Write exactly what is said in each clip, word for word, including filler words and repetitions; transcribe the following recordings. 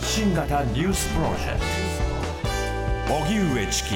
発信型ニュースプロジェクト荻上チキ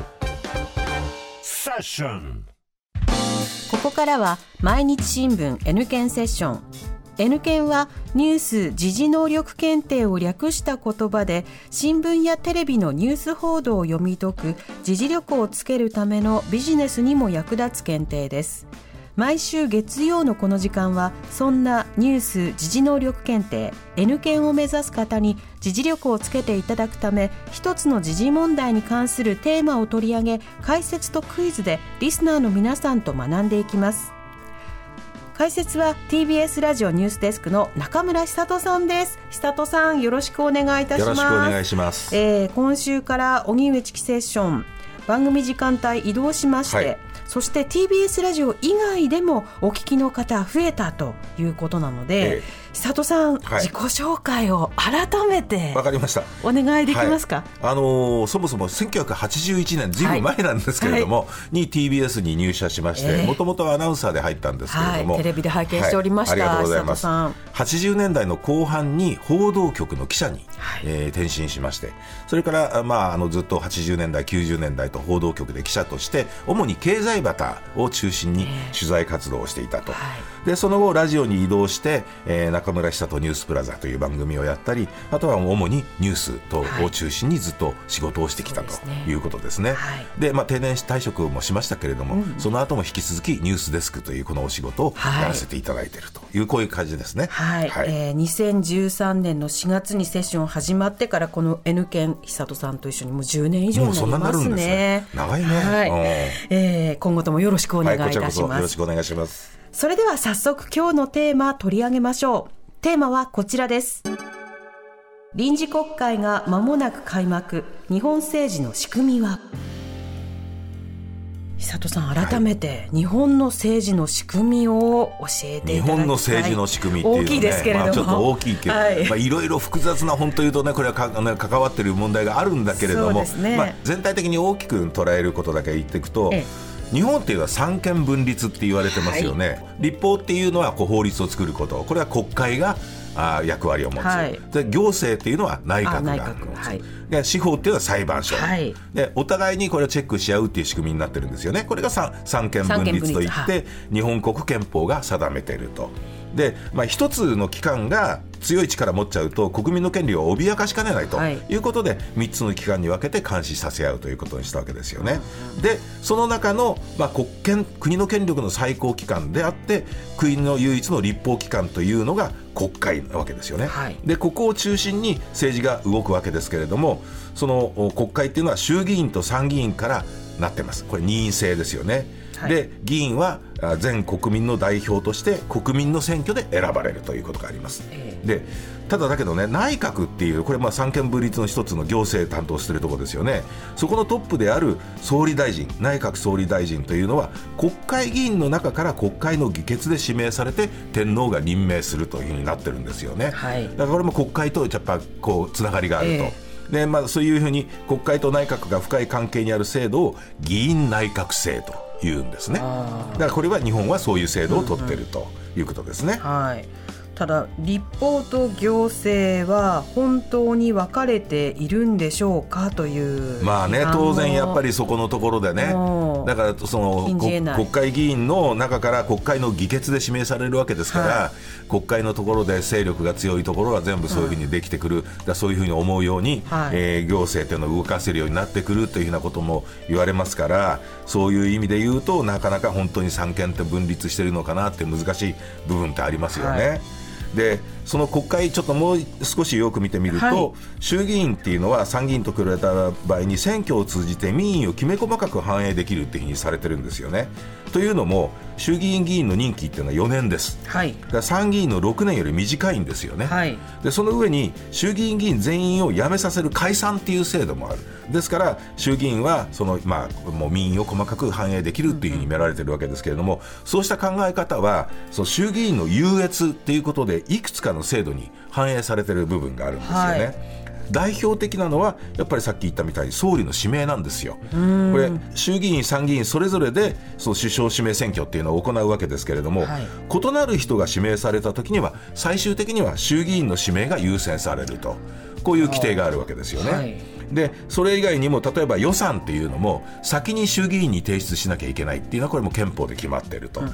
セッション。 ここからは毎日新聞 N 検セッション。 N 検はニュース時事能力検定を略した言葉で、新聞やテレビのニュース報道を読み解く時事力をつけるためのビジネスにも役立つ検定です。毎週月曜のこの時間は、そんなニュース時事能力検定 N 検を目指す方に時事力をつけていただくため、一つの時事問題に関するテーマを取り上げ、解説とクイズでリスナーの皆さんと学んでいきます。解説は ティービーエス ラジオニュースデスクの中村久人さんです。久人さん、よろしくお願いいたします。 よろしくお願いします。 えー、今週から荻上チキセッション、番組時間帯移動しまして、はい、そして ティービーエス ラジオ以外でもお聞きの方増えたということなので、ええ、久人さん、はい、自己紹介を改めてわかりましたお願いできますか。 はい、あのー、そもそもせんきゅうひゃくはちじゅういちねん、ずいぶん前なんですけれども、はい、に ティービーエス に入社しまして、もともとアナウンサーで入ったんですけれども、 はい、テレビで拝見しておりました。はい、 ありがとうございます。はちじゅうねんだいの後半に報道局の記者に、はい、えー、転身しまして、それから、まあ、あのずっとはちじゅうねんだいきゅうじゅうねんだいと報道局で記者として主に経済バタを中心に取材活動をしていたと、えーはい、でその後ラジオに移動して、えー、中村久人ニュースプラザという番組をやったり、あとは主にニュースとを中心にずっと仕事をしてきたということですね。はい、で、まあ、定年退職もしましたけれども、うん、その後も引き続きニュースデスクというこのお仕事をやらせていただいているという、はい、こういう感じですね。 はい、はい、えー、にせんじゅうさんねんのしがつにセッション始まってから、この N 検久人さんと一緒にもうじゅうねん以上になりますね。もうそんなになるんですね。 長いね。 はい、えー、今後ともよろしくお願いいたします。はい、こちらこそよろしくお願いします。 それでは早速今日のテーマ取り上げましょう。テーマはこちらです。臨時国会が間もなく開幕、日本政治の仕組みは。久人さん、改めて日本の政治の仕組みを教えていただきたい。 日本の政治の仕組みっていうのは、ね、 大きいですけれども、まあ、 ちょっと大きいけど、はい、まあ、いろいろ複雑な、本当言うとね、これはか、ね、関わっている問題があるんだけれども、ね、まあ、全体的に大きく捉えることだけ言っていくと、ええ、日本っていうのは三権分立って言われてますよね。はい、立法っていうのはこう法律を作ること、これは国会があ役割を持つ、はい、で行政っていうのは内閣が持つ、はい、で司法っていうのは裁判所、はい、でお互いにこれをチェックし合うっていう仕組みになってるんですよね。これが三権分立といって、はい、日本国憲法が定めていると。で、まあ、一つの機関が強い力を持っちゃうと国民の権利を脅かしかねないということで、はい、みっつの機関に分けて監視させ合うということにしたわけですよね。でその中の、まあ、国権国の権力の最高機関であって、国の唯一の立法機関というのが国会なわけですよね。はい、でここを中心に政治が動くわけですけれども、その国会っていうのは衆議院と参議院からなってます。これ二院制ですよね。はい、で議員は全国民の代表として国民の選挙で選ばれるということがあります。えー、でただだけどね、内閣っていうこれまあ三権分立の一つの行政担当しているところですよね。そこのトップである総理大臣、内閣総理大臣というのは国会議員の中から国会の議決で指名されて天皇が任命するというふうになってるんですよね。はい、だからこれも国会とやっぱこうつながりがあると。えーでまあ、そういうふうに国会と内閣が深い関係にある制度を議院内閣制というんですね。だからこれは日本はそういう制度を取っているということですね。 うんうん、はい、ただ立法と行政は本当に分かれているんでしょうかという。 まあね、当然やっぱりそこのところでね、だからその国会議員の中から国会の議決で指名されるわけですから、はい、国会のところで勢力が強いところは全部そういうふうにできてくる、はい、だそういうふうに思うように、はい、えー、行政というのを動かせるようになってくるというふうなことも言われますから、そういう意味で言うとなかなか本当に三権って分立してるのかなって難しい部分ってありますよね。はい、でその国会ちょっともう少しよく見てみると、はい、衆議院っていうのは参議院と比べた場合に選挙を通じて民意をきめ細かく反映できるっていうふうにされてるんですよね。というのも衆議院議員の任期っていうのはよねんです。はい、だから参議院のろくねんより短いんですよね。はい、でその上に衆議院議員全員を辞めさせる解散っていう制度もある。ですから衆議院はその、まあ、もう民意を細かく反映できるっていうふうに見られてるわけですけれども、うんうん、そうした考え方はその衆議院の優越っていうことでいくつかの制度に反映されている部分があるんですよね。はい、 代表的なのはやっぱりさっき言ったみたいに総理の指名なんですよ。これ衆議院参議院それぞれでその首相指名選挙っていうのを行うわけですけれども、はい、異なる人が指名された時には最終的には衆議院の指名が優先されると、こういう規定があるわけですよね。はい、でそれ以外にも例えば予算っていうのも先に衆議院に提出しなきゃいけないっていうのはこれも憲法で決まっていると、うんうん、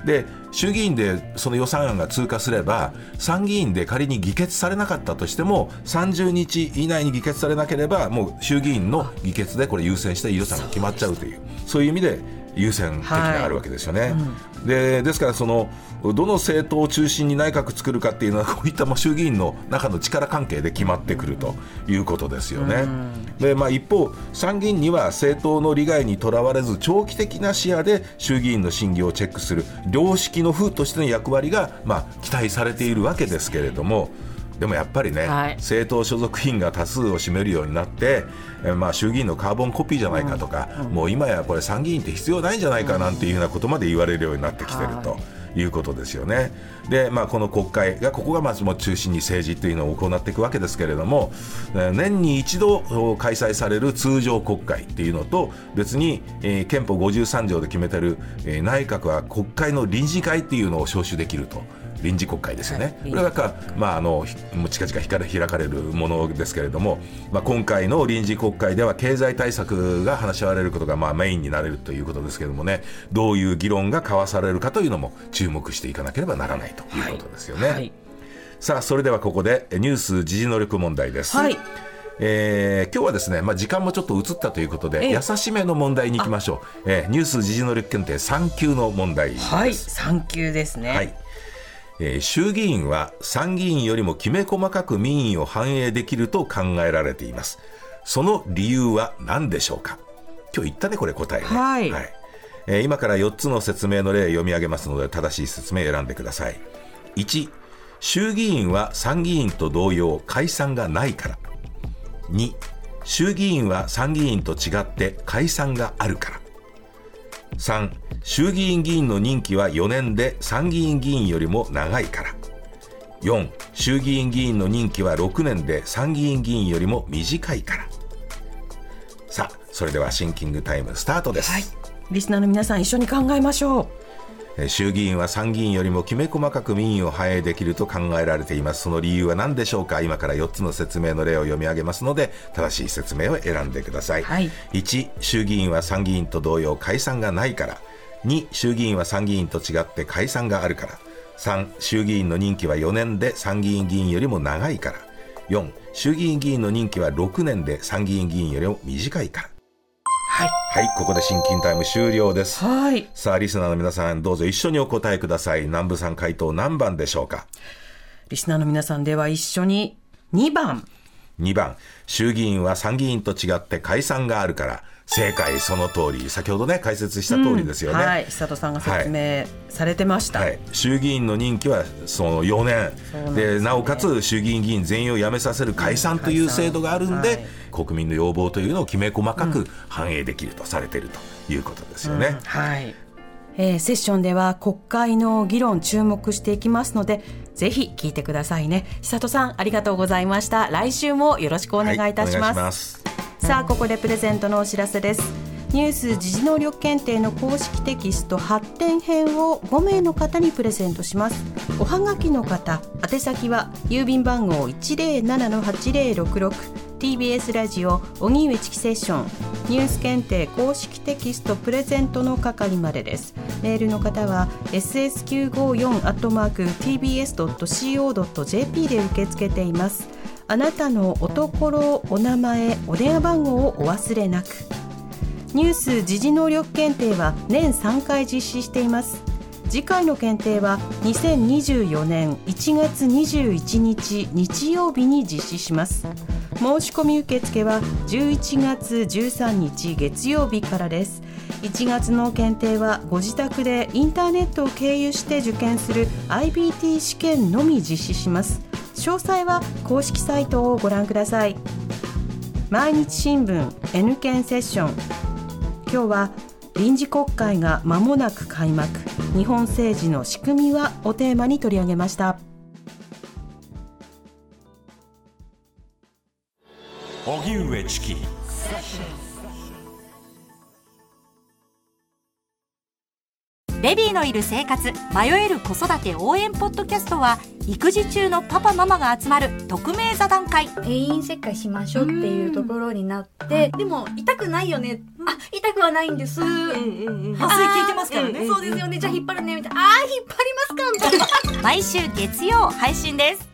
で衆議院でその予算案が通過すれば参議院で仮に議決されなかったとしてもさんじゅうにち以内に議決されなければもう衆議院の議決でこれ優先して予算が決まっちゃうという、そういう意味で優先的にあるわけですよね。はい、うん、で, ですからそのどの政党を中心に内閣作るかっていうのはこういった衆議院の中の力関係で決まってくるということですよね。で、まあ、一方参議院には政党の利害にとらわれず長期的な視野で衆議院の審議をチェックする良識の府としての役割が、まあ、期待されているわけですけれども、でもやっぱりね、はい、政党所属員が多数を占めるようになって、えまあ、衆議院のカーボンコピーじゃないかとか、うんうん、もう今やこれ参議院って必要ないんじゃないかなんていうようなことまで言われるようになってきてると、はい、いうことですよね。で、まあ、この国会がここがまずも中心に政治というのを行っていくわけですけれども、年に一度開催される通常国会っていうのと別に、えー、憲法ごじゅうさん条で決めてる、えー、内閣は国会の臨時会っていうのを招集できると。臨時国会ですよね。はい、これが、まあ、あの近々開かれるものですけれども、まあ、今回の臨時国会では経済対策が話し合われることがまあメインになれるということですけれどもね、どういう議論が交わされるかというのも注目していかなければならないということですよね。はいはい、さあそれではここでニュース時事能力問題です。はい、えー、今日はですね、まあ、時間もちょっと移ったということで優しめの問題に行きましょう。えー、ニュース時事能力検定さん級の問題です。 はい、さん級ですね。はい、 えー、衆議院は参議院よりもきめ細かく民意を反映できると考えられています。その理由は何でしょうか。今日言ったねこれ答えね。はい、はい、えー、今からよっつの説明の例を読み上げますので正しい説明を選んでください。いち、衆議院は参議院と同様解散がないから。に、衆議院は参議院と違って解散があるから。さん、衆議院議員の任期はよねんで参議院議員よりも長いから。よん、衆議院議員の任期はろくねんで参議院議員よりも短いから。さあそれではシンキングタイムスタートです。はい、 リスナーの皆さん一緒に考えましょう。 衆議院は参議院よりもきめ細かく民意を反映できると考えられています。その理由は何でしょうか。今からよっつの説明の例を読み上げますので正しい説明を選んでください。はい、いち、衆議院は参議院と同様解散がないから。に、衆議院は参議院と違って解散があるから。さん、衆議院の任期はよねんで参議院議員よりも長いから。よん、衆議院議員の任期はろくねんで参議院議員よりも短いから。はい、はい、ここでシンキングタイム終了です。はい、さあリスナーの皆さんどうぞ一緒にお答えください。南部さん回答何番でしょうか。 リスナーの皆さんでは一緒ににばん。 にばん、衆議院は参議院と違って解散があるから。正解、その通り、先ほどね解説した通りですよね。うん、 はい、久人さんが説明されてました。 はいはい、衆議院の任期はそのよねん で, で、ね、なおかつ衆議院議員全員を辞めさせる解散という制度があるんで、はい、国民の要望というのをきめ細かく反映できるとされているということですよね。うんうん、はい、 えー、セッションでは国会の議論注目していきますのでぜひ聞いてくださいね。久人さんありがとうございました。来週もよろしくお願いいたします。はい、お願いします。さあここでプレゼントのお知らせです。ニュース時事能力検定の公式テキスト発展編をごめいの方にプレゼントします。おはがきの方、宛先は郵便番号 いちぜろななのはちぜろろくろく ティービーエス ラジオ荻上チキセッションニュース検定公式テキストプレゼントの係までです。メールの方は エスエスきゅうごよん アットマーク ティービーエス ドット シーオー ドット ジェーピー で受け付けています。あなたのおところ、お名前、お電話番号をお忘れなく。ニュース時事能力検定は年さんかい実施しています。次回の検定はにせんにじゅうよねんいちがつにじゅういちにち日曜日に実施します。申し込み受付はじゅういちがつじゅうさんにち月曜日からです。いちがつの検定はご自宅でインターネットを経由して受験する アイビーティー 試験のみ実施します。詳細は公式サイトをご覧ください。毎日新聞 N 検セッション、今日は臨時国会が間もなく開幕、日本政治の仕組みはをテーマに取り上げました。 荻上チキ。 ベビーのいる生活、迷える子育て応援ポッドキャストは、育児中のパパママが集まる匿名座談会。 定員切開しましょうっていうところになって、でも痛くないよね、あ、痛くはないんです、うんうんうん、 麻酔効いてますからね、 うんうん、そうですよね、じゃあ引っ張るねみたいな、あー引っ張りますかみたいな毎週月曜配信です。